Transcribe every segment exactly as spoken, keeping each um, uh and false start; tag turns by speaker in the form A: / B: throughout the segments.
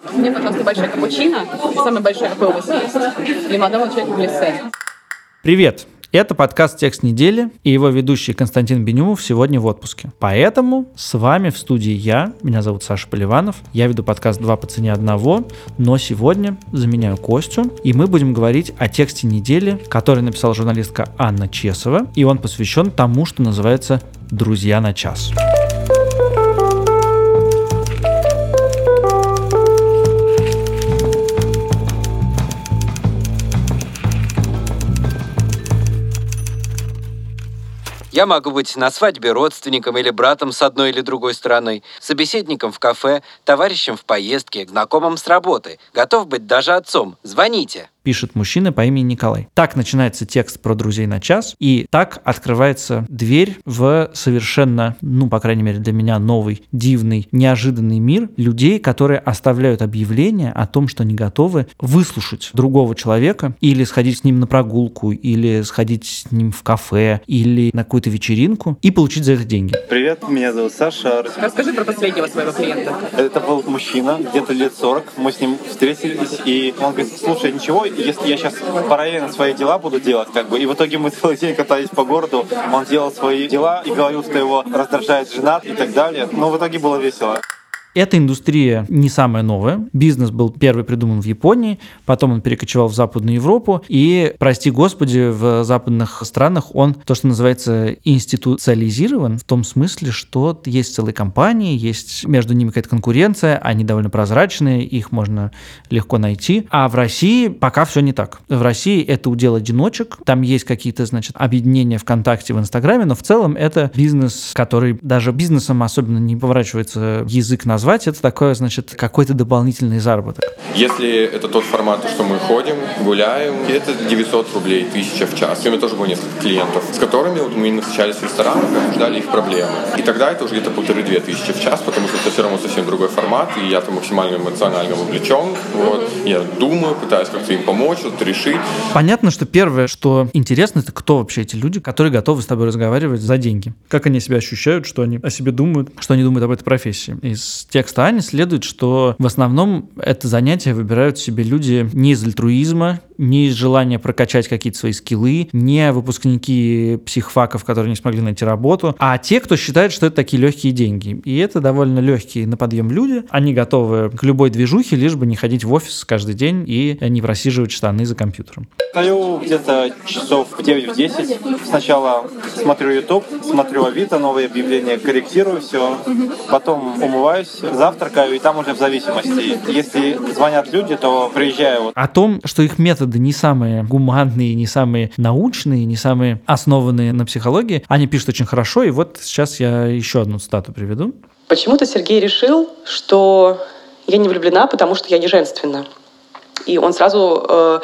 A: Мне, пожалуйста, большой капучино, самый большой, какой у вас есть. Лимонадовый чай глиссе.
B: Привет! Это подкаст «Текст недели» и его ведущий Константин Бенюмов сегодня в отпуске. Поэтому с вами в студии я, меня зовут Саша Поливанов, я веду подкаст «Два по цене одного», но сегодня заменяю Костю, и мы будем говорить о тексте недели, который написала журналистка Анна Чесова, и он посвящен тому, что называется «Друзья на час».
C: Я могу быть на свадьбе родственником или братом с одной или другой стороны, собеседником в кафе, товарищем в поездке, знакомым с работы. Готов быть даже отцом. Звоните.
B: Пишет мужчина по имени Николай. Так начинается текст про друзей на час, и так открывается дверь в совершенно, ну, по крайней мере, для меня новый, дивный, неожиданный мир людей, которые оставляют объявление о том, что они готовы выслушать другого человека или сходить с ним на прогулку, или сходить с ним в кафе, или на какую-то вечеринку и получить за это деньги.
D: Привет, меня зовут Саша.
A: Расскажи про последнего своего клиента.
D: Это был мужчина, где-то лет сорок. Мы с ним встретились, и он говорит: слушай, ничего, если я сейчас параллельно свои дела буду делать, как бы, и в итоге мы целый день катались по городу, он делал свои дела и говорил, что его раздражает жена и так далее, но в итоге было весело.
B: Эта индустрия не самая новая. Бизнес был первый придуман в Японии, потом он перекочевал в Западную Европу, и, прости господи, в западных странах он, то, что называется, институциализирован, в том смысле, что есть целые компании, есть между ними какая-то конкуренция, они довольно прозрачные, их можно легко найти. А в России пока все не так. В России это удел одиночек, там есть какие-то, значит, объединения ВКонтакте, в Инстаграме, но в целом это бизнес, который даже бизнесом особенно не поворачивается язык назвать. Это такое, значит, какой-то дополнительный заработок.
E: Если это тот формат, что мы ходим, гуляем, это девятьсот рублей, тысяча в час. У меня тоже было несколько клиентов, с которыми вот мы встречались в ресторанах и обсуждали их проблемы. И тогда это уже где-то полторы-две тысячи в час, потому что это все равно совсем другой формат, и я там максимально эмоционально вовлечен. Вот. Я думаю, пытаюсь как-то им помочь, что-то решить.
B: Понятно, что первое, что интересно, это кто вообще эти люди, которые готовы с тобой разговаривать за деньги. Как они себя ощущают, что они о себе думают, что они думают об этой профессии. Из текста Ани следует, что в основном это занятие выбирают себе люди не из альтруизма, не из желания прокачать какие-то свои скиллы, не выпускники психфаков, которые не смогли найти работу, а те, кто считает, что это такие легкие деньги. И это довольно легкие на подъем люди. Они готовы к любой движухе, лишь бы не ходить в офис каждый день и не просиживать штаны за компьютером.
D: Стою где-то часов в девять-десять. Сначала смотрю YouTube, смотрю Авито, новые объявления, корректирую все. Потом умываюсь, завтракаю, и там уже в зависимости. Если звонят люди, то приезжаю.
B: О том, что их методы не самые гуманные, не самые научные, не самые основанные на психологии, Аня пишет очень хорошо, и вот сейчас я еще одну цитату приведу.
F: Почему-то Сергей решил, что я не влюблена, потому что я не женственна. И он сразу, э,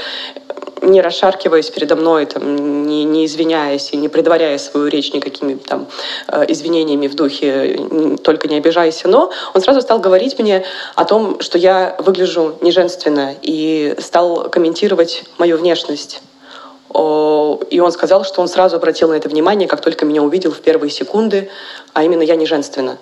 F: не расшаркиваясь передо мной, там, не, не извиняясь и не предваряя свою речь никакими там, э, извинениями в духе «только не обижайся», но он сразу стал говорить мне о том, что я выгляжу неженственно, и стал комментировать мою внешность. О, и он сказал, что он сразу обратил на это внимание, как только меня увидел в первые секунды, а именно я неженственна.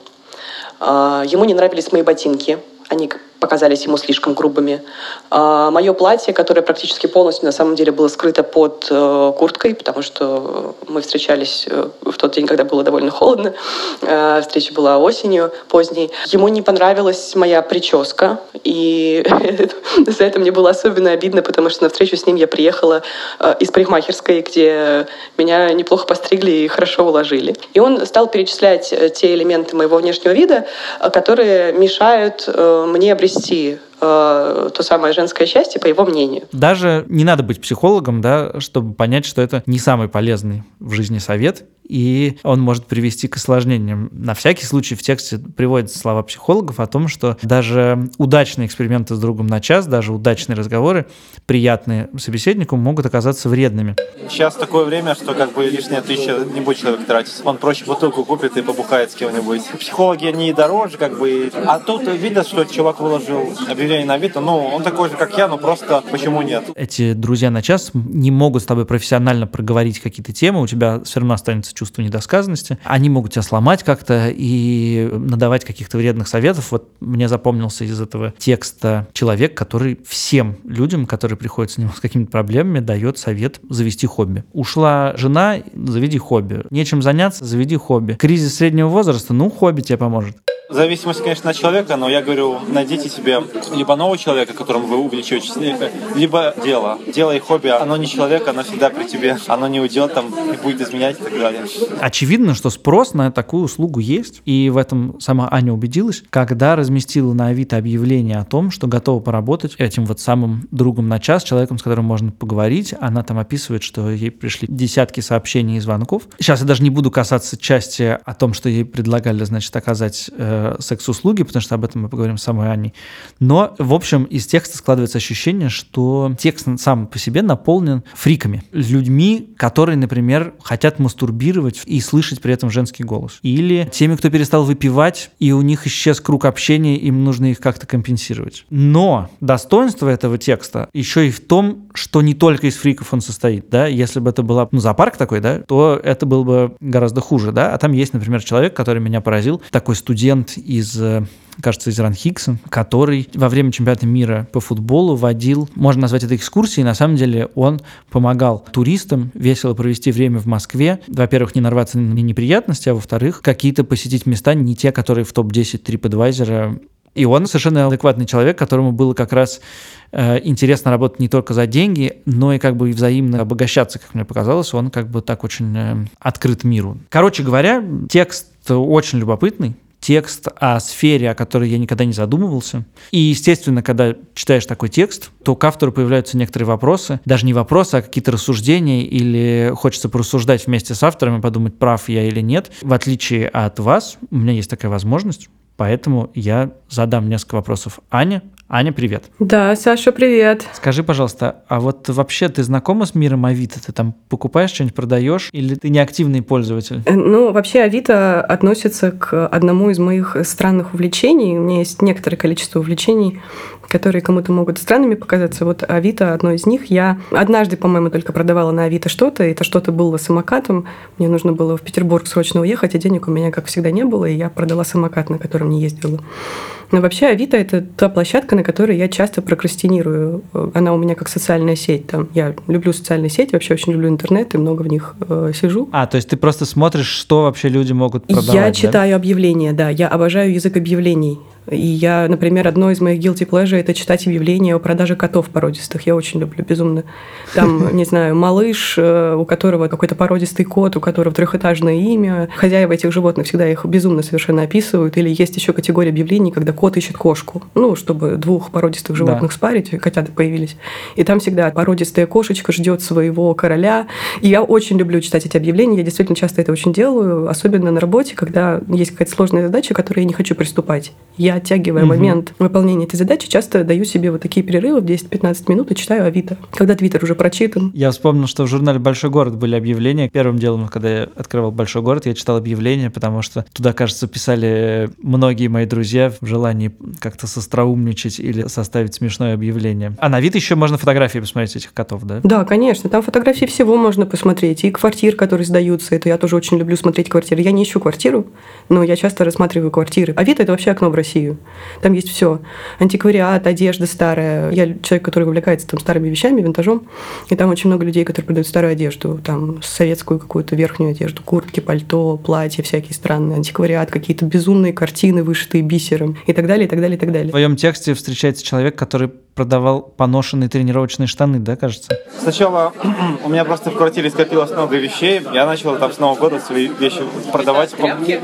F: Э, ему не нравились мои ботинки. Они показались ему слишком грубыми. А, мое платье, которое практически полностью на самом деле было скрыто под э, курткой, потому что мы встречались э, в тот день, когда было довольно холодно. Э, встреча была осенью поздней. Ему не понравилась моя прическа, и за это мне было особенно обидно, потому что на встречу с ним я приехала э, из парикмахерской, где меня неплохо постригли и хорошо уложили. И он стал перечислять те элементы моего внешнего вида, которые мешают э, мне обрести э, то самое женское счастье, по его мнению.
B: Даже не надо быть психологом, да, чтобы понять, что это не самый полезный в жизни совет, и он может привести к осложнениям. На всякий случай в тексте приводятся слова психологов о том, что даже удачные эксперименты с другом на час, даже удачные разговоры, приятные собеседнику, могут оказаться вредными.
D: Сейчас такое время, что как бы лишняя тысяча не будет человек тратить. Он проще бутылку купит и побухает с кем-нибудь. Психологи, они дороже, как бы. А тут видно, что чувак выложил объявление объявление на Авито, ну, он такой же, как я, но просто почему нет?
B: Эти друзья на час не могут с тобой профессионально проговорить какие-то темы, у тебя все равно останется чувство недосказанности. Они могут тебя сломать как-то и надавать каких-то вредных советов. Вот мне запомнился из этого текста человек, который всем людям, которые приходят с ним с какими-то проблемами, дает совет завести хобби. Ушла жена, заведи хобби. Нечем заняться, заведи хобби. Кризис среднего возраста, ну, хобби тебе поможет.
D: В зависимости, конечно, от человека, но я говорю, найдите себе либо нового человека, которым вы увлечетесь, либо дело. Дело и хобби, оно не человек, оно всегда при тебе, оно не уйдет там и будет изменять и так далее.
B: Очевидно, что спрос на такую услугу есть, и в этом сама Аня убедилась, когда разместила на Авито объявление о том, что готова поработать этим вот самым другом на час, человеком, с которым можно поговорить. Она там описывает, что ей пришли десятки сообщений и звонков. Сейчас я даже не буду касаться части о том, что ей предлагали, значит, оказать э, секс-услуги, потому что об этом мы поговорим с самой Аней. Но, в общем, из текста складывается ощущение, что текст сам по себе наполнен фриками. Людьми, которые, например, хотят мастурбировать и слышать при этом женский голос. Или теми, кто перестал выпивать, и у них исчез круг общения, им нужно их как-то компенсировать. Но достоинство этого текста еще и в том, что не только из фриков он состоит, да, если бы это была, ну, зоопарк такой, да, то это было бы гораздо хуже, да, а там есть, например, человек, который меня поразил, такой студент из, кажется, из Ранхикса, который во время чемпионата мира по футболу водил, можно назвать это экскурсией, на самом деле он помогал туристам весело провести время в Москве, во-первых, не нарваться на неприятности, а во-вторых, какие-то посетить места, не те, которые в топ десять TripAdvisor. И он совершенно адекватный человек, которому было как раз э, интересно работать не только за деньги, но и как бы и взаимно обогащаться, как мне показалось. Он как бы так очень э, открыт миру. Короче говоря, текст очень любопытный. Текст о сфере, о которой я никогда не задумывался. И, естественно, когда читаешь такой текст, то к автору появляются некоторые вопросы. Даже не вопросы, а какие-то рассуждения, или хочется порассуждать вместе с автором и подумать, прав я или нет. В отличие от вас, у меня есть такая возможность, поэтому я задам несколько вопросов Ане. Аня, привет.
F: Да, Саша, привет.
B: Скажи, пожалуйста, а вот вообще ты знакома с миром Авито? Ты там покупаешь что-нибудь, продаешь, или ты неактивный пользователь?
F: Ну, вообще Авито относится к одному из моих странных увлечений. У меня есть некоторое количество увлечений, которые кому-то могут странными показаться. Вот Авито одно из них. Я однажды, по-моему, только продавала на Авито что-то. Это что-то было самокатом. Мне нужно было в Петербург срочно уехать, а денег у меня, как всегда, не было, и я продала самокат, на котором не ездила. Но вообще Авито – это та площадка, на которой я часто прокрастинирую. Она у меня как социальная сеть. Там. Я люблю социальные сети, вообще очень люблю интернет и много в них э, сижу.
B: А, то есть ты просто смотришь, что вообще люди могут продавать,
F: Я
B: да?
F: читаю объявления, да. Я обожаю язык объявлений. И я, например, одно из моих guilty pleasure – это читать объявления о продаже котов породистых. Я очень люблю, безумно. Там, не знаю, малыш, у которого какой-то породистый кот, у которого трехэтажное имя. Хозяева этих животных всегда их безумно совершенно описывают. Или есть еще категория объявлений, когда кот ищет кошку. Ну, чтобы двух породистых животных да. спарить, котята появились. И там всегда породистая кошечка ждет своего короля. И я очень люблю читать эти объявления. Я действительно часто это очень делаю, особенно на работе, когда есть какая-то сложная задача, к которой я не хочу приступать. Я, оттягивая угу. момент выполнения этой задачи, часто даю себе вот такие перерывы в десять-пятнадцать минут и читаю Авито, когда Твиттер уже прочитан.
B: Я вспомнил, что в журнале «Большой город» были объявления. Первым делом, когда я открывал «Большой город», я читал объявления, потому что туда, кажется, писали многие мои друзья в желании как-то состроумничать или составить смешное объявление. А на Авито еще можно фотографии посмотреть этих котов, да?
F: Да, конечно. Там фотографии всего можно посмотреть. И квартир, которые сдаются. Это я тоже очень люблю смотреть квартиры. Я не ищу квартиру, но я часто рассматриваю квартиры. Авито – это вообще окно в Россию. Там есть все. Антиквариат, одежда старая. Я человек, который увлекается там старыми вещами, винтажом. И там очень много людей, которые продают старую одежду. Там советскую какую-то верхнюю одежду. Куртки, пальто, платья всякие странные. Антиквариат, какие-то безумные картины, вышитые бисером. И так далее, и так далее, и так далее.
B: В твоем тексте встречается человек, который продавал поношенные тренировочные штаны, да, кажется?
D: Сначала у меня просто в квартире скопилось много вещей. Я начал там с Нового года свои вещи продавать.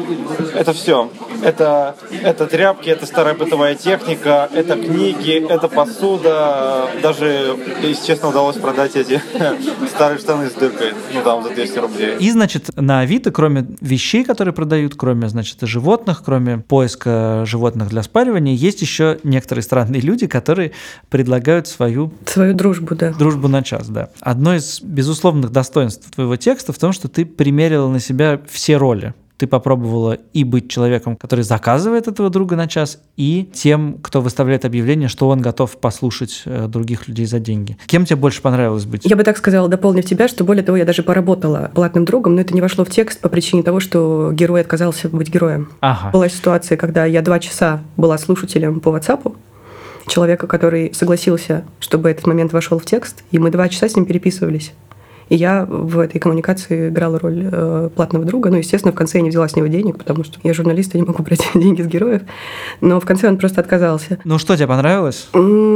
D: Это все. Это, это тряпки, это старая бытовая техника, это книги, это посуда. Даже, если честно, удалось продать эти старые штаны с дыркой. Ну, там, за двести рублей.
B: И, значит, на Авито, кроме вещей, которые продают, кроме, значит, животных, кроме поиска животных для спаривания, есть еще некоторые странные люди, которые предлагают свою...
F: Свою дружбу, да.
B: Дружбу на час, да. Одно из безусловных достоинств твоего текста в том, что ты примерила на себя все роли. ты попробовала и быть человеком, который заказывает этого друга на час, и тем, кто выставляет объявление, что он готов послушать других людей за деньги. Кем тебе больше понравилось быть?
F: Я бы так сказала, дополнив тебя, что более того, я даже поработала платным другом, но это не вошло в текст по причине того, что герой отказался быть героем.
B: Ага.
F: Была ситуация, когда я два часа была слушателем по WhatsApp человека, который согласился, чтобы этот момент вошел в текст, и мы два часа с ним переписывались. И я в этой коммуникации играла роль э, платного друга. Ну, естественно, в конце я не взяла с него денег, потому что я журналист, я не могу брать деньги с героев. Но в конце он просто отказался.
B: Ну, что тебе понравилось?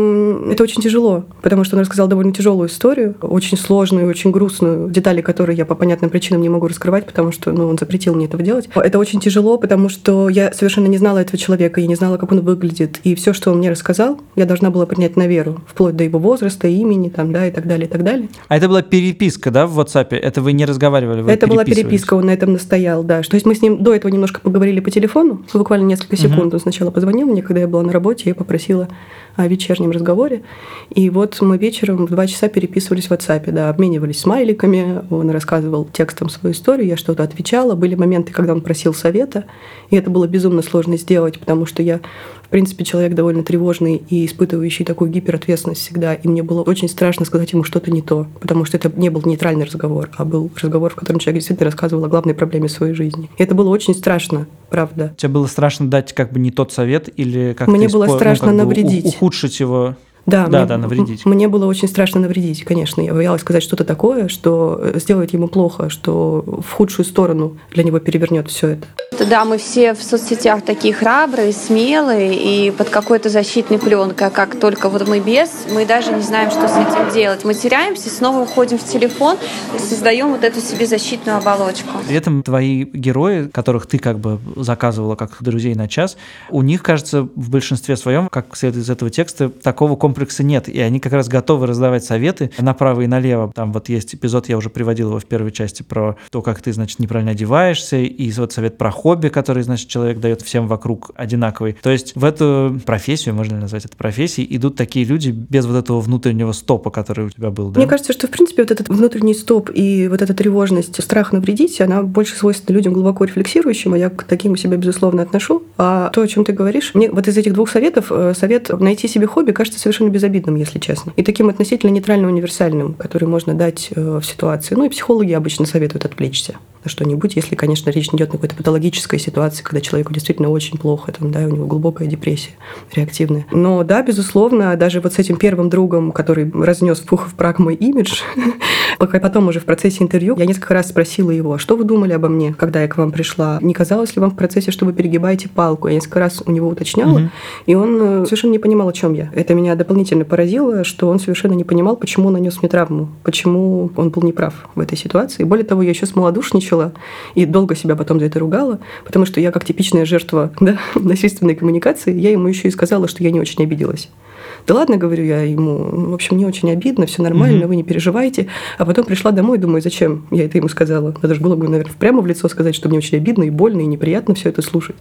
F: Это очень тяжело, потому что он рассказал довольно тяжелую историю, очень сложную, очень грустную, детали которой я по понятным причинам не могу раскрывать, потому что ну, он запретил мне этого делать. Это очень тяжело, потому что я совершенно не знала этого человека, я не знала, как он выглядит. И все, что он мне рассказал, я должна была принять на веру, вплоть до его возраста, имени, там, да, и так далее, и так далее.
B: А это была переписка, да, в WhatsApp? Это вы не разговаривали, вы
F: Это была переписка, он на этом настоял, да. То есть мы с ним до этого немножко поговорили по телефону, буквально несколько секунд. Uh-huh. Он сначала позвонил мне, когда я была на работе, я попросила о вечернем разговоре. И вот мы вечером в два часа переписывались в WhatsApp, да, обменивались смайликами, он рассказывал текстом свою историю, я что-то отвечала. Были моменты, когда он просил совета, и это было безумно сложно сделать, потому что я, в принципе, человек довольно тревожный и испытывающий такую гиперответственность всегда, и мне было очень страшно сказать ему что-то не то, потому что это не был нейтральный разговор, а был разговор, в котором человек действительно рассказывал о главной проблеме своей жизни. И это было очень страшно, правда.
B: Тебе было страшно дать как бы не тот совет или как-то
F: Мне было
B: испо...
F: страшно
B: ну, как
F: ухудшить.
B: бы ухудшить его...
F: Да,
B: да,
F: мне,
B: да, навредить.
F: Мне было очень страшно навредить, конечно. Я боялась сказать что-то такое, что сделает ему плохо, что в худшую сторону для него перевернет все это.
G: Да, мы все в соцсетях такие храбрые, смелые и под какой-то защитной пленкой. А как только вот мы без, мы даже не знаем, что с этим делать. Мы теряемся, снова уходим в телефон и создаем вот эту себе защитную оболочку.
B: При этом твои герои, которых ты как бы заказывала как друзей на час, у них, кажется, в большинстве своем, как следует из этого текста, такого комплекса нет. И они как раз готовы раздавать советы направо и налево. Там вот есть эпизод, я уже приводил его в первой части, про то, как ты, значит, неправильно одеваешься, и вот совет про хобби, который, значит, человек дает всем вокруг одинаковый. То есть в эту профессию, можно ли назвать это профессией, идут такие люди без вот этого внутреннего стопа, который у тебя был, да?
F: Мне кажется, что, в принципе, вот этот внутренний стоп и вот эта тревожность, страх навредить, она больше свойственна людям глубоко рефлексирующим, а я к таким себя, безусловно, отношу. А то, о чем ты говоришь, мне вот из этих двух советов совет найти себе хобби кажется совершенно безобидным, если честно. И таким относительно нейтрально универсальным, который можно дать в ситуации. Ну и психологи обычно советуют отвлечься на что-нибудь, если, конечно, речь не идет о какой-то патологической ситуации, когда человеку действительно очень плохо, там, да, у него глубокая депрессия реактивная. Но да, безусловно, даже вот с этим первым другом, который разнес в пух и в прах мой имидж, пока потом уже в процессе интервью я несколько раз спросила его, а что вы думали обо мне, когда я к вам пришла? Не казалось ли вам в процессе, что вы перегибаете палку? Я несколько раз у него уточняла, mm-hmm. и он совершенно не понимал, о чем я. Это меня дополнительно поразило, что он совершенно не понимал, почему он нанес мне травму, почему он был неправ в этой ситуации. Более того, я еще смолодушничала и долго себя потом за это ругала, потому что я как типичная жертва, да, насильственной коммуникации, я ему еще и сказала, что я не очень обиделась. Да ладно, говорю я ему, в общем, не очень обидно, все нормально, mm-hmm. вы не переживайте. А потом пришла домой, думаю, зачем я это ему сказала? Надо же было бы, наверное, прямо в лицо сказать, что мне очень обидно и больно, и неприятно все это слушать.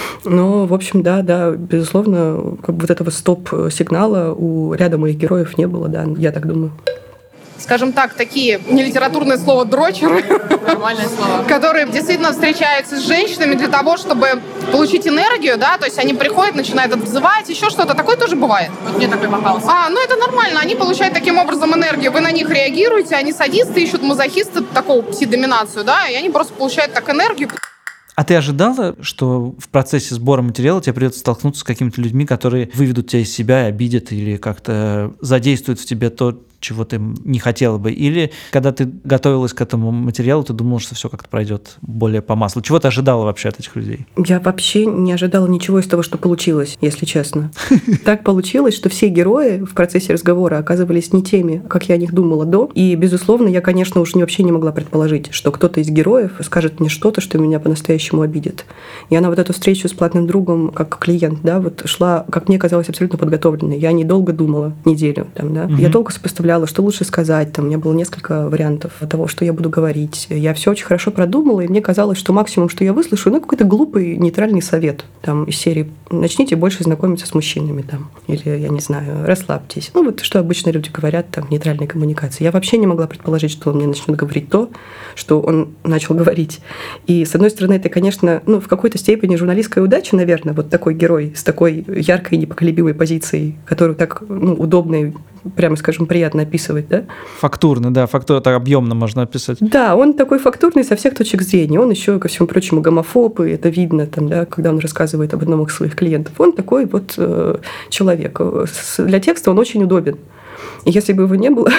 F: Но, в общем, да, да, безусловно, как бы вот этого стоп-сигнала у ряда моих героев не было, да, я так думаю.
A: Скажем так, такие нелитературное слово дрочеры, нормальное слово, которые действительно встречаются с женщинами для того, чтобы получить энергию, да, то есть они приходят, начинают обзывать, еще что-то, такое тоже бывает. Вот мне такой попался. А, ну это нормально, они получают таким образом энергию, вы на них реагируете, они садисты, ищут мазохисты, такого пси-доминацию, да, и они просто получают так энергию.
B: А ты ожидала, что в процессе сбора материала тебе придется столкнуться с какими-то людьми, которые выведут тебя из себя, обидят или как-то задействуют в тебе то, чего ты не хотела бы? Или когда ты готовилась к этому материалу, ты думала, что все как-то пройдет более по маслу? Чего ты ожидала вообще от этих людей?
F: Я вообще не ожидала ничего из того, что получилось, если честно. Так получилось, что все герои в процессе разговора оказывались не теми, как я о них думала до. И, безусловно, я, конечно, уже вообще не могла предположить, что кто-то из героев скажет мне что-то, что меня по-настоящему обидит. Я на вот эту встречу с платным другом, как клиент, да, вот шла, как мне казалось, абсолютно подготовленной. Я недолго думала, неделю, там, да. Я долго сопоставляла
H: размышляла, что лучше сказать. Там у меня было несколько вариантов того, что я буду говорить. Я все очень хорошо продумала, и мне казалось, что максимум, что я выслушаю, ну, какой-то глупый нейтральный совет. Там из серии «Начните больше знакомиться с мужчинами». Там, или, я не знаю, «Расслабьтесь». Ну, вот что обычно люди говорят там в нейтральной коммуникации. Я вообще не могла предположить, что он мне начнет говорить то, что он начал говорить. И, с одной стороны, это, конечно, ну, в какой-то степени журналистская удача, наверное, вот такой герой с такой яркой и непоколебимой позицией, которую так ну, удобно и, прямо скажем, приятно описывать, да?
B: Фактурно, да, фактурно так объемно можно описать.
H: Да, он такой фактурный со всех точек зрения. Он еще, ко всему прочему, гомофоб, и это видно, там, да, когда он рассказывает об одном из своих клиентов. Он такой вот э, человек. Для текста он очень удобен. И если бы его не было,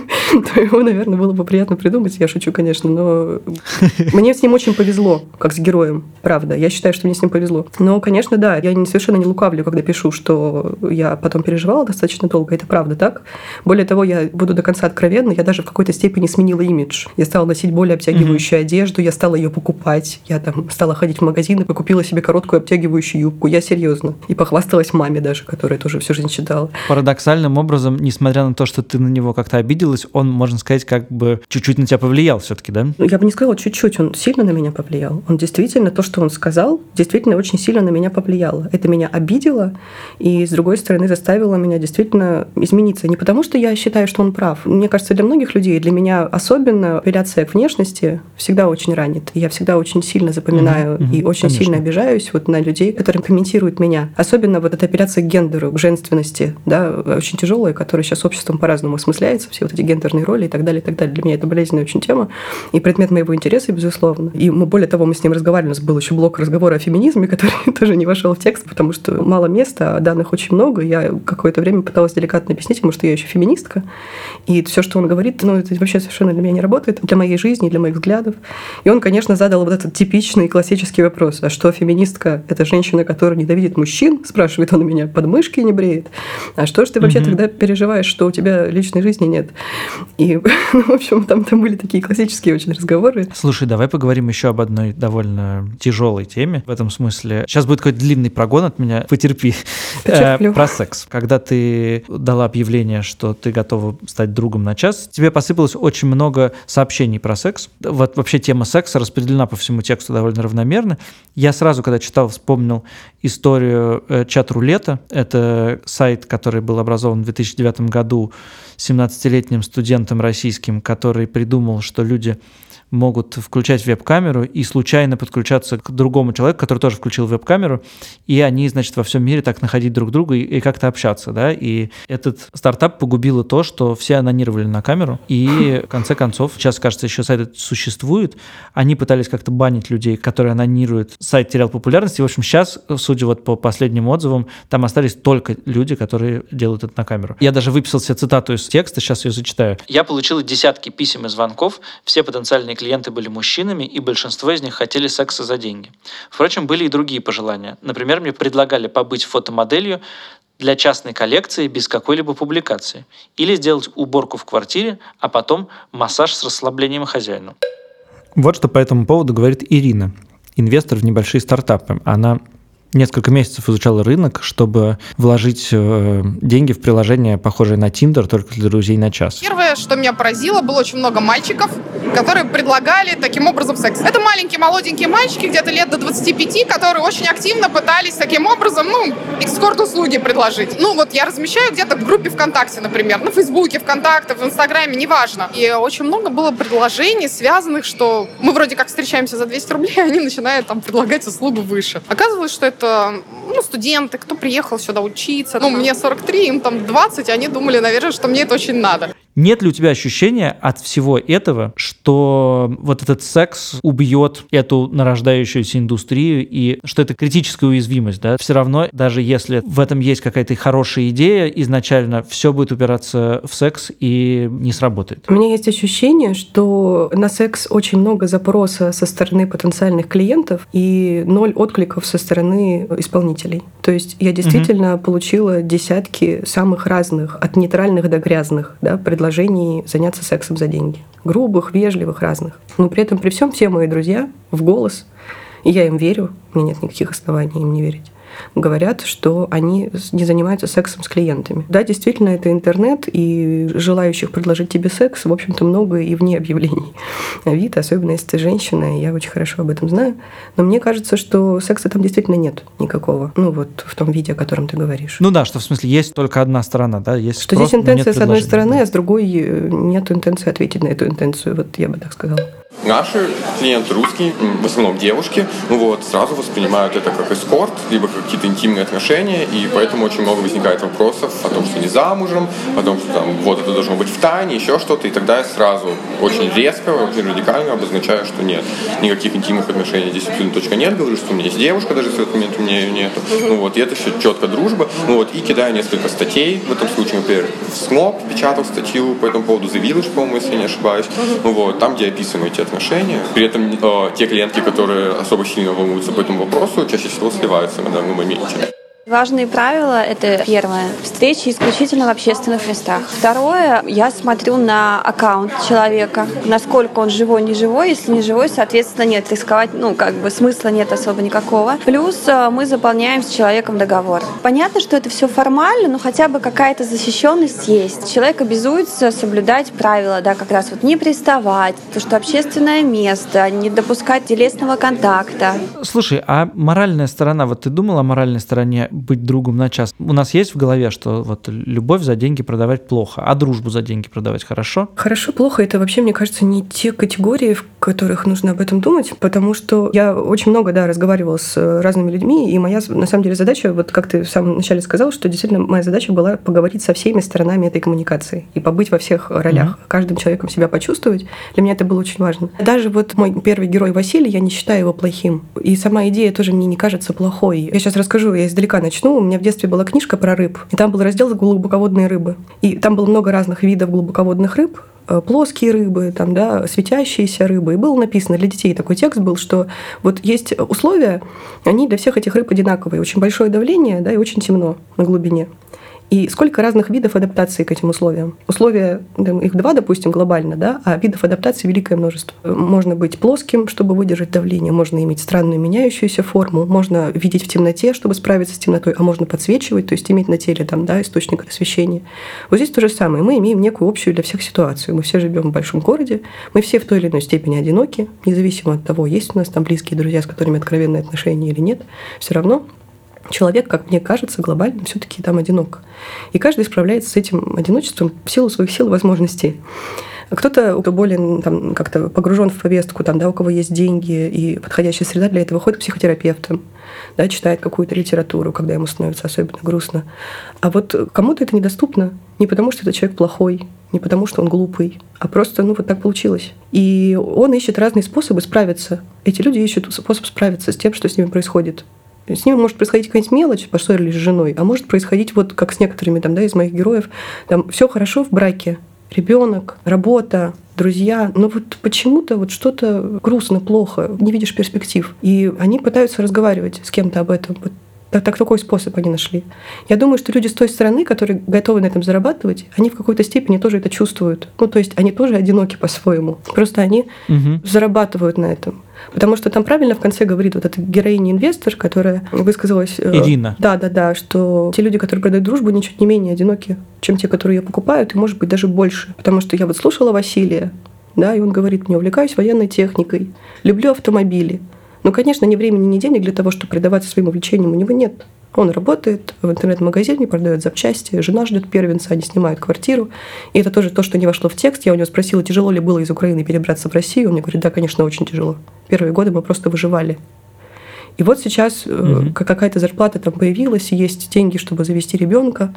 H: то его, наверное, было бы приятно придумать. Я шучу, конечно, но мне с ним очень повезло, как с героем, правда. Я считаю, что мне с ним повезло. Но, конечно, да, я совершенно не лукавлю, когда пишу, что я потом переживала достаточно долго. Это правда так. Более того, я буду до конца откровенна, я даже в какой-то степени сменила имидж. Я стала носить более обтягивающую mm-hmm. одежду, я стала ее покупать. Я там стала ходить в магазин и купила себе короткую обтягивающую юбку. Я серьезно. И похвасталась маме даже, которая тоже всю жизнь читала.
B: Парадоксальным образом, несмотря на то, что ты на него как-то обиделась, он, можно сказать, как бы чуть-чуть на тебя повлиял все-таки, да?
H: Я бы не сказала чуть-чуть, он сильно на меня повлиял. Он действительно, то, что он сказал, действительно очень сильно на меня повлияло. Это меня обидело и, с другой стороны, заставило меня действительно измениться. Не потому, что я считаю, что он прав. Мне кажется, для многих людей, для меня особенно апелляция к внешности всегда очень ранит. Я всегда очень сильно запоминаю mm-hmm, и очень конечно. Сильно обижаюсь вот на людей, которые комментируют меня. Особенно вот эта апелляция к гендеру, к женственности, да, очень тяжелая, которая сейчас обществом по-разному осмысляется, все вот эти гендерные роли и так далее, и так далее. Для меня это болезненная очень тема и предмет моего интереса, безусловно. И мы, более того, мы с ним разговаривали, у нас был еще блок разговора о феминизме, который тоже не вошел в текст, потому что мало места, а данных очень много. Я какое-то время пыталась деликатно объяснить ему, что я еще феминистка, и все, что он говорит, ну, это вообще совершенно для меня не работает, для моей жизни, для моих взглядов. И он, конечно, задал вот этот типичный классический вопрос: а что феминистка? Это женщина, которая ненавидит мужчин? Спрашивает он у меня, подмышки не бреет. А что ж ты вообще mm-hmm. тогда переживаешь, что у тебя личной жизни нет? И, ну, в общем, там, там были такие классические очень разговоры.
B: Слушай, давай поговорим еще об одной довольно тяжелой теме. В этом смысле сейчас будет какой-то длинный прогон от меня, потерпи.
H: Потерплю.
B: Про секс. Когда ты дала объявление, что ты готова стать другом на час, тебе посыпалось очень много сообщений про секс. Вот вообще тема секса распределена по всему тексту довольно равномерно. Я сразу, когда читал, вспомнил историю чат-рулета. Это сайт, который был образован в две тысячи девятом году семнадцатилетним студентом российским, который придумал, что люди могут включать веб-камеру и случайно подключаться к другому человеку, который тоже включил веб-камеру, и они, значит, во всем мире так находить друг друга и, и как-то общаться, да, и этот стартап погубило то, что все анонировали на камеру, и в конце концов, сейчас, кажется, еще сайт этот существует, они пытались как-то банить людей, которые анонируют, сайт терял популярность, и, в общем, сейчас, судя вот по последним отзывам, там остались только люди, которые делают это на камеру. Я даже выписал себе цитату из текста, сейчас ее зачитаю. «Я получила десятки писем и звонков, все потенциальные клиенты были мужчинами, и большинство из них хотели секса за деньги. Впрочем, были и другие пожелания. Например, мне предлагали побыть фотомоделью для частной коллекции без какой-либо публикации. Или сделать уборку в квартире, а потом массаж с расслаблением хозяину». Вот что по этому поводу говорит Ирина, инвестор в небольшие стартапы. Она несколько месяцев изучала рынок, чтобы вложить э, деньги в приложение, похожее на Tinder, только для друзей на час.
A: Первое, что меня поразило, было очень много мальчиков, которые предлагали таким образом секс. Это маленькие молоденькие мальчики, где-то лет до двадцати пяти, которые очень активно пытались таким образом, ну, экскорт-услуги предложить. Ну, вот я размещаю где-то в группе ВКонтакте, например, на Фейсбуке, ВКонтакте, в Инстаграме, неважно. И очень много было предложений, связанных, что мы вроде как встречаемся за двести рублей, а они начинают там предлагать услугу выше. Оказывалось, что это ну, студенты, кто приехал сюда учиться. Ну, мне сорок три, им там двадцать, и они думали, наверное, что мне это очень надо.
B: Нет ли у тебя ощущения от всего этого, что вот этот секс убьет эту нарождающуюся индустрию, и что это критическая уязвимость, да? Все равно, даже если в этом есть какая-то хорошая идея, изначально все будет упираться в секс и не сработает.
H: У меня есть ощущение, что на секс очень много запроса со стороны потенциальных клиентов и ноль откликов со стороны исполнителей. То есть я действительно угу. получила десятки самых разных, от нейтральных до грязных, да, предложений заняться сексом за деньги. Грубых, вежливых, разных. Но при этом, при всем, все мои друзья в голос, и я им верю, у меня нет никаких оснований им не верить, говорят, что они не занимаются сексом с клиентами. Да, действительно, это интернет, и желающих предложить тебе секс, в общем-то, много и вне объявлений. Авито, особенно если ты женщина, я очень хорошо об этом знаю. Но мне кажется, что секса там действительно нет никакого. Ну вот в том виде, о котором ты говоришь.
B: Ну да, что в смысле есть только одна сторона, да? Есть
H: что
B: спрос,
H: здесь интенция с одной стороны,
B: да.
H: а с другой нет интенции ответить на эту интенцию. Вот я бы так сказала.
E: Наши клиенты русские, в основном девушки, вот, сразу воспринимают это как эскорт, либо как какие-то интимные отношения, и поэтому очень много возникает вопросов о том, что не замужем, о том, что там вот это должно быть в тайне, еще что-то, и тогда я сразу очень резко, очень радикально обозначаю, что нет, никаких интимных отношений здесь абсолютно точка нет, говорю, что у меня есть девушка, даже в этот момент у меня ее нету, ну вот, и это все четко дружба, ну вот, и кидаю несколько статей, в этом случае, например, в СНОП печатал статью по этому поводу, The Village, по-моему, если я не ошибаюсь, ну вот, там, где описаны эти отношения. При этом э, те клиентки, которые особо сильно волнуются по этому вопросу, чаще всего сливаются на данном моменте.
G: Важные правила — это первое — встречи исключительно в общественных местах. Второе — я смотрю на аккаунт человека, насколько он живой, не живой. Если не живой, соответственно, нет, рисковать, ну, как бы смысла нет особо никакого. Плюс мы заполняем с человеком договор. Понятно, что это все формально, но хотя бы какая-то защищенность есть. Человек обязуется соблюдать правила, да, как раз вот не приставать, то, что общественное место, не допускать телесного контакта.
B: Слушай, а моральная сторона, вот ты думала о моральной стороне быть другом на час? У нас есть в голове, что вот любовь за деньги продавать плохо, а дружбу за деньги продавать хорошо?
H: Хорошо, плохо — это вообще, мне кажется, не те категории, в которых нужно об этом думать, потому что я очень много, да, разговаривала с разными людьми, и моя, на самом деле, задача, вот как ты в самом начале сказал, что действительно моя задача была поговорить со всеми сторонами этой коммуникации и побыть во всех ролях, mm-hmm. каждым человеком себя почувствовать. Для меня это было очень важно. Даже вот мой первый герой Василий, я не считаю его плохим. И сама идея тоже мне не кажется плохой. Я сейчас расскажу, я издалека начну. У меня в детстве была книжка про рыб, и там был раздел «Глубоководные рыбы». И там было много разных видов глубоководных рыб, плоские рыбы, там, да, светящиеся рыбы. И было написано, для детей такой текст был, что вот есть условия, они для всех этих рыб одинаковые. Очень большое давление, да, и очень темно на глубине. И сколько разных видов адаптации к этим условиям. Условия, их два, допустим, глобально, да, а видов адаптации великое множество. Можно быть плоским, чтобы выдержать давление, можно иметь странную меняющуюся форму, можно видеть в темноте, чтобы справиться с темнотой, а можно подсвечивать, то есть иметь на теле там, да, источник освещения. Вот здесь то же самое. Мы имеем некую общую для всех ситуацию. Мы все живем в большом городе, мы все в той или иной степени одиноки, независимо от того, есть у нас там близкие друзья, с которыми откровенные отношения или нет, все равно человек, как мне кажется, глобально все-таки там одинок. И каждый справляется с этим одиночеством в силу своих сил и возможностей. Кто-то, кто более там, как-то погружен в повестку, там, да, у кого есть деньги и подходящая среда для этого, ходит к психотерапевтам, да, читает какую-то литературу, когда ему становится особенно грустно. А вот кому-то это недоступно не потому, что этот человек плохой, не потому, что он глупый, а просто, ну, вот так получилось. И он ищет разные способы справиться. Эти люди ищут способ справиться с тем, что с ними происходит. С ними может происходить какая-нибудь мелочь, поссорились с женой, а может происходить вот как с некоторыми там, да, из моих героев. Там все хорошо в браке, ребенок, работа, друзья, но вот почему-то вот что-то грустно, плохо, не видишь перспектив. И они пытаются разговаривать с кем-то об этом. Вот так, так такой способ они нашли. Я думаю, что люди с той стороны, которые готовы на этом зарабатывать, они в какой-то степени тоже это чувствуют. Ну, то есть они тоже одиноки по-своему. Просто они угу. зарабатывают на этом. Потому что там правильно в конце говорит вот эта героиня-инвестор, которая высказалась...
B: Ирина.
H: Да, да, да, что те люди, которые продают дружбу, ничуть не менее одиноки, чем те, которые ее покупают, и, может быть, даже больше. Потому что я вот слушала Василия, да, и он говорит мне: увлекаюсь военной техникой, люблю автомобили. Но, конечно, ни времени, ни денег для того, чтобы предаваться своим увлечениям, у него нет. Он работает в интернет-магазине, продает запчасти, жена ждет первенца, они снимают квартиру. И это тоже то, что не вошло в текст. Я у него спросила, тяжело ли было из Украины перебраться в Россию. Он мне говорит: да, конечно, очень тяжело. Первые годы мы просто выживали. И вот сейчас mm-hmm. какая-то зарплата там появилась, и есть деньги, чтобы завести ребенка.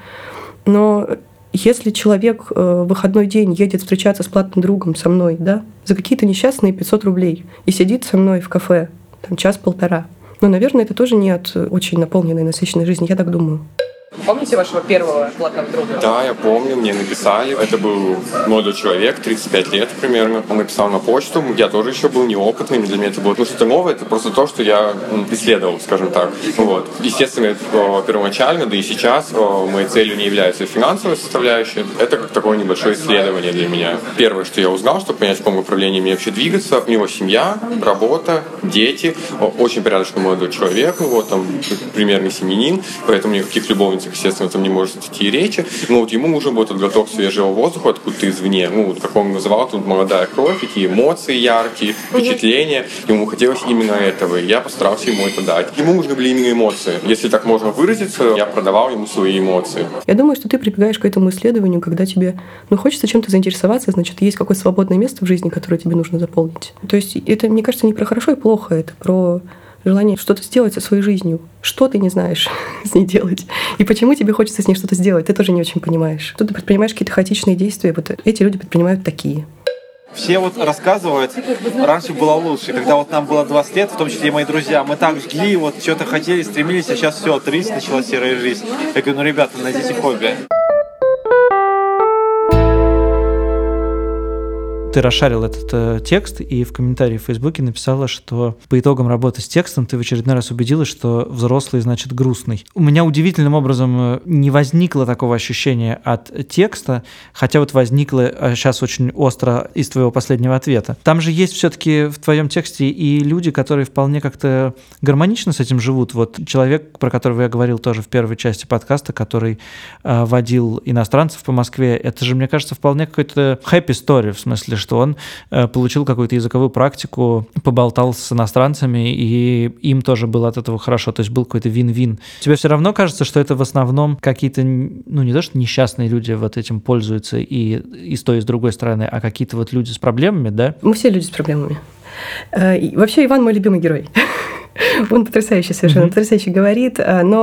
H: Но если человек в выходной день едет встречаться с платным другом со мной, да, за какие-то несчастные пятьсот рублей и сидит со мной в кафе там час-полтора, но, наверное, это тоже не от очень наполненной, насыщенной жизни, я так думаю. Помните вашего первого платного друга?
E: Да, я помню, мне написали. Это был молодой человек, тридцать пять лет примерно. Он написал на почту. Я тоже еще был неопытный. Для меня это было ну, что-то новое. Это просто то, что я исследовал, скажем так. Вот. Естественно, первоначально, да и сейчас моей целью не является финансовая составляющая. Это как такое небольшое исследование для меня. Первое, что я узнал, чтобы понять, в каком направлении мне вообще двигаться. У него семья, работа, дети. Очень порядочный молодой человек. Ну, вот, там, примерный семьянин. Поэтому никаких любовницах, естественно, там не может идти и речи. Но вот ему нужен был этот глоток свежего воздуха откуда-то извне. Ну, вот, как он называл, тут молодая кровь, такие эмоции яркие, впечатления. Ему хотелось именно этого. И я постарался ему это дать. Ему нужны были именно эмоции. Если так можно выразиться, я продавал ему свои эмоции.
H: Я думаю, что ты прибегаешь к этому исследованию, когда тебе ну, хочется чем-то заинтересоваться, значит, есть какое-то свободное место в жизни, которое тебе нужно заполнить. То есть это, мне кажется, не про хорошо и плохо, это про желание что-то сделать со своей жизнью. Что ты не знаешь с ней делать? И почему тебе хочется с ней что-то сделать? Ты тоже не очень понимаешь. Что ты предпринимаешь какие-то хаотичные действия, вот эти люди предпринимают такие.
D: Все вот рассказывают, раньше было лучше, когда вот нам было двадцать лет, в том числе и мои друзья, мы так жгли, вот что-то хотели, стремились, а сейчас все, тридцать, началась серая жизнь. Я говорю, ну, ребята, найдите хобби.
B: Ты расшарил этот э, текст и в комментарии в Фейсбуке написала, что по итогам работы с текстом ты в очередной раз убедилась, что взрослый значит грустный. У меня удивительным образом не возникло такого ощущения от текста, хотя вот возникло сейчас очень остро из твоего последнего ответа. Там же есть все-таки в твоем тексте и люди, которые вполне как-то гармонично с этим живут. Вот человек, про которого я говорил тоже в первой части подкаста, который э, водил иностранцев по Москве, это же, мне кажется, вполне какой-то happy story, в смысле, что он э, получил какую-то языковую практику, поболтал с иностранцами, и им тоже было от этого хорошо, то есть был какой-то вин-вин. Тебе все равно кажется, что это в основном какие-то, ну не то, что несчастные люди вот этим пользуются и, и с той, и с другой стороны, а какие-то вот люди с проблемами, да?
H: Мы все люди с проблемами. И вообще Иван мой любимый герой. Он потрясающе совершенно, mm-hmm. потрясающе говорит,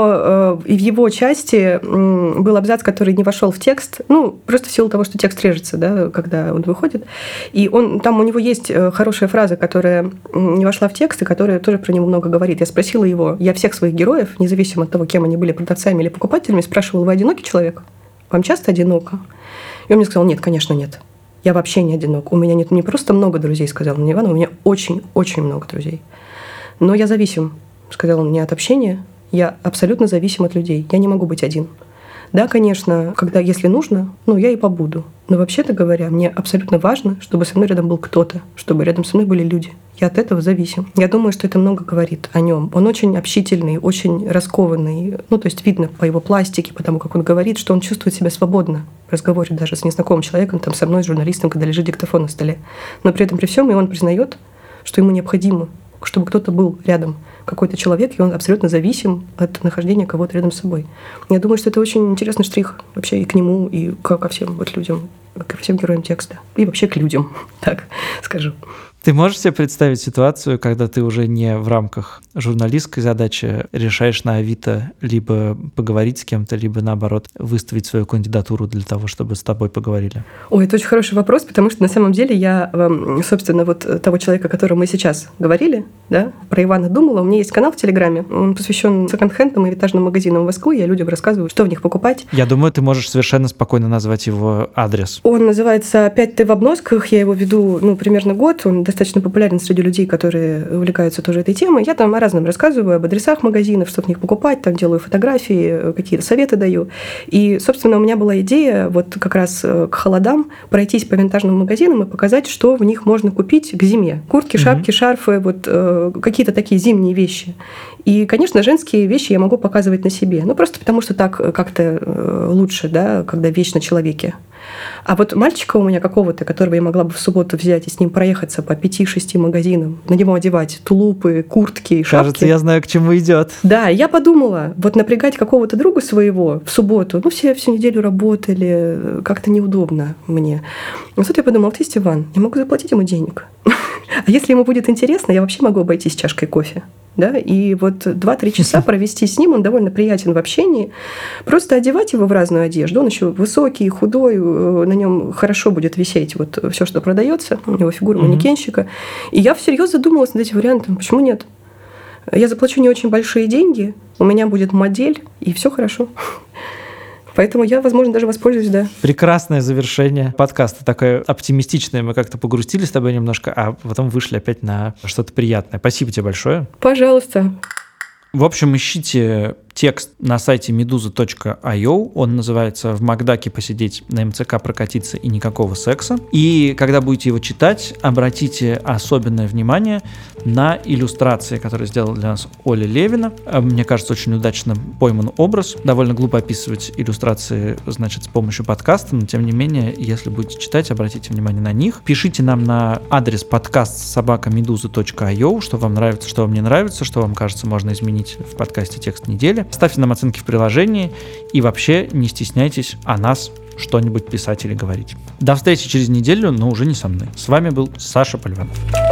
H: но и в его части был абзац, который не вошел в текст, ну, просто в силу того, что текст режется, да, когда он выходит. И он, там у него есть хорошая фраза, которая не вошла в текст, и которая тоже про него много говорит. Я спросила его, я всех своих героев, независимо от того, кем они были, продавцами или покупателями, спрашивала, вы одинокий человек? Вам часто одиноко? И он мне сказал, нет, конечно, нет. Я вообще не одинок. У меня нет не просто много друзей, сказал мне Иван, у меня очень-очень много друзей. Но я зависим, сказал он мне, от общения. Я абсолютно зависим от людей. Я не могу быть один. Да, конечно, когда, если нужно, ну, я и побуду. Но вообще-то говоря, мне абсолютно важно, чтобы со мной рядом был кто-то, чтобы рядом со мной были люди. Я от этого зависим. Я думаю, что это много говорит о нем. Он очень общительный, очень раскованный. Ну, то есть видно по его пластике, по тому, как он говорит, что он чувствует себя свободно в разговоре даже с незнакомым человеком, там, со мной, с журналистом, когда лежит диктофон на столе. Но при этом, при всем, и он признает, что ему необходимо, чтобы кто-то был рядом, какой-то человек, и он абсолютно зависим от нахождения кого-то рядом с собой. Я думаю, что это очень интересный штрих вообще и к нему, и ко всем вот людям, ко всем героям текста. И вообще к людям, так скажу.
B: Ты можешь себе представить ситуацию, когда ты уже не в рамках журналистской задачи решаешь на Авито либо поговорить с кем-то, либо, наоборот, выставить свою кандидатуру для того, чтобы с тобой поговорили?
H: Ой, это очень хороший вопрос, потому что на самом деле я, собственно, вот того человека, о котором мы сейчас говорили, да, про Ивана думала. У меня есть канал в Телеграме, он посвящен секонд-хендам и винтажным магазинам в Москве. Я людям рассказываю, что в них покупать.
B: Я думаю, ты можешь совершенно спокойно назвать его адрес.
H: Он называется «пять тэ в обносках». Я его веду, ну, примерно год. Он достаточно популярен среди людей, которые увлекаются тоже этой темой. Я там о разном рассказываю, об адресах магазинов, что в них покупать, там делаю фотографии, какие-то советы даю. И, собственно, у меня была идея вот как раз к холодам пройтись по винтажным магазинам и показать, что в них можно купить к зиме. Куртки, шапки, mm-hmm. шарфы, вот э, какие-то такие зимние вещи. И, конечно, женские вещи я могу показывать на себе. Ну, просто потому что так как-то лучше, да, когда вещь на человеке. А вот мальчика у меня какого-то, которого я могла бы в субботу взять и с ним проехаться по пяти-шести магазинам, на него одевать тулупы, куртки, шапки.
B: Кажется, я знаю, к чему идет.
H: Да, я подумала, вот напрягать какого-то друга своего в субботу, ну, все всю неделю работали, как-то неудобно мне. Но тут я подумала, вот есть Иван, я могу заплатить ему денег. А если ему будет интересно, я вообще могу обойтись чашкой кофе. Да? И вот два-три часа провести с ним, он довольно приятен в общении. Просто одевать его в разную одежду. Он еще высокий, худой, на нем хорошо будет висеть вот все, что продается. У него фигура манекенщика. И я всерьез задумалась над этим вариантом. Почему нет? Я заплачу не очень большие деньги, у меня будет модель, и все хорошо. Поэтому я, возможно, даже воспользуюсь, да.
B: Прекрасное завершение подкаста. Такое оптимистичное. Мы как-то погрустили с тобой немножко, а потом вышли опять на что-то приятное. Спасибо тебе большое.
H: Пожалуйста.
B: В общем, ищите текст на сайте медуза точка ай о. Он называется «В Макдаке посидеть, на эм цэ ка прокатиться и никакого секса». И когда будете его читать, обратите особенное внимание на иллюстрации, которые сделала для нас Оля Левина. Мне кажется, очень удачно пойман образ. Довольно глупо описывать иллюстрации, значит, с помощью подкаста, но тем не менее, если будете читать, обратите внимание на них. Пишите нам на адрес подкаст собака медуза точка ай о, что вам нравится, что вам не нравится, что вам кажется можно изменить в подкасте «Текст недели». Ставьте нам оценки в приложении и вообще не стесняйтесь о нас что-нибудь писать или говорить. До встречи через неделю, но уже не со мной. С вами был Саша Поливанов.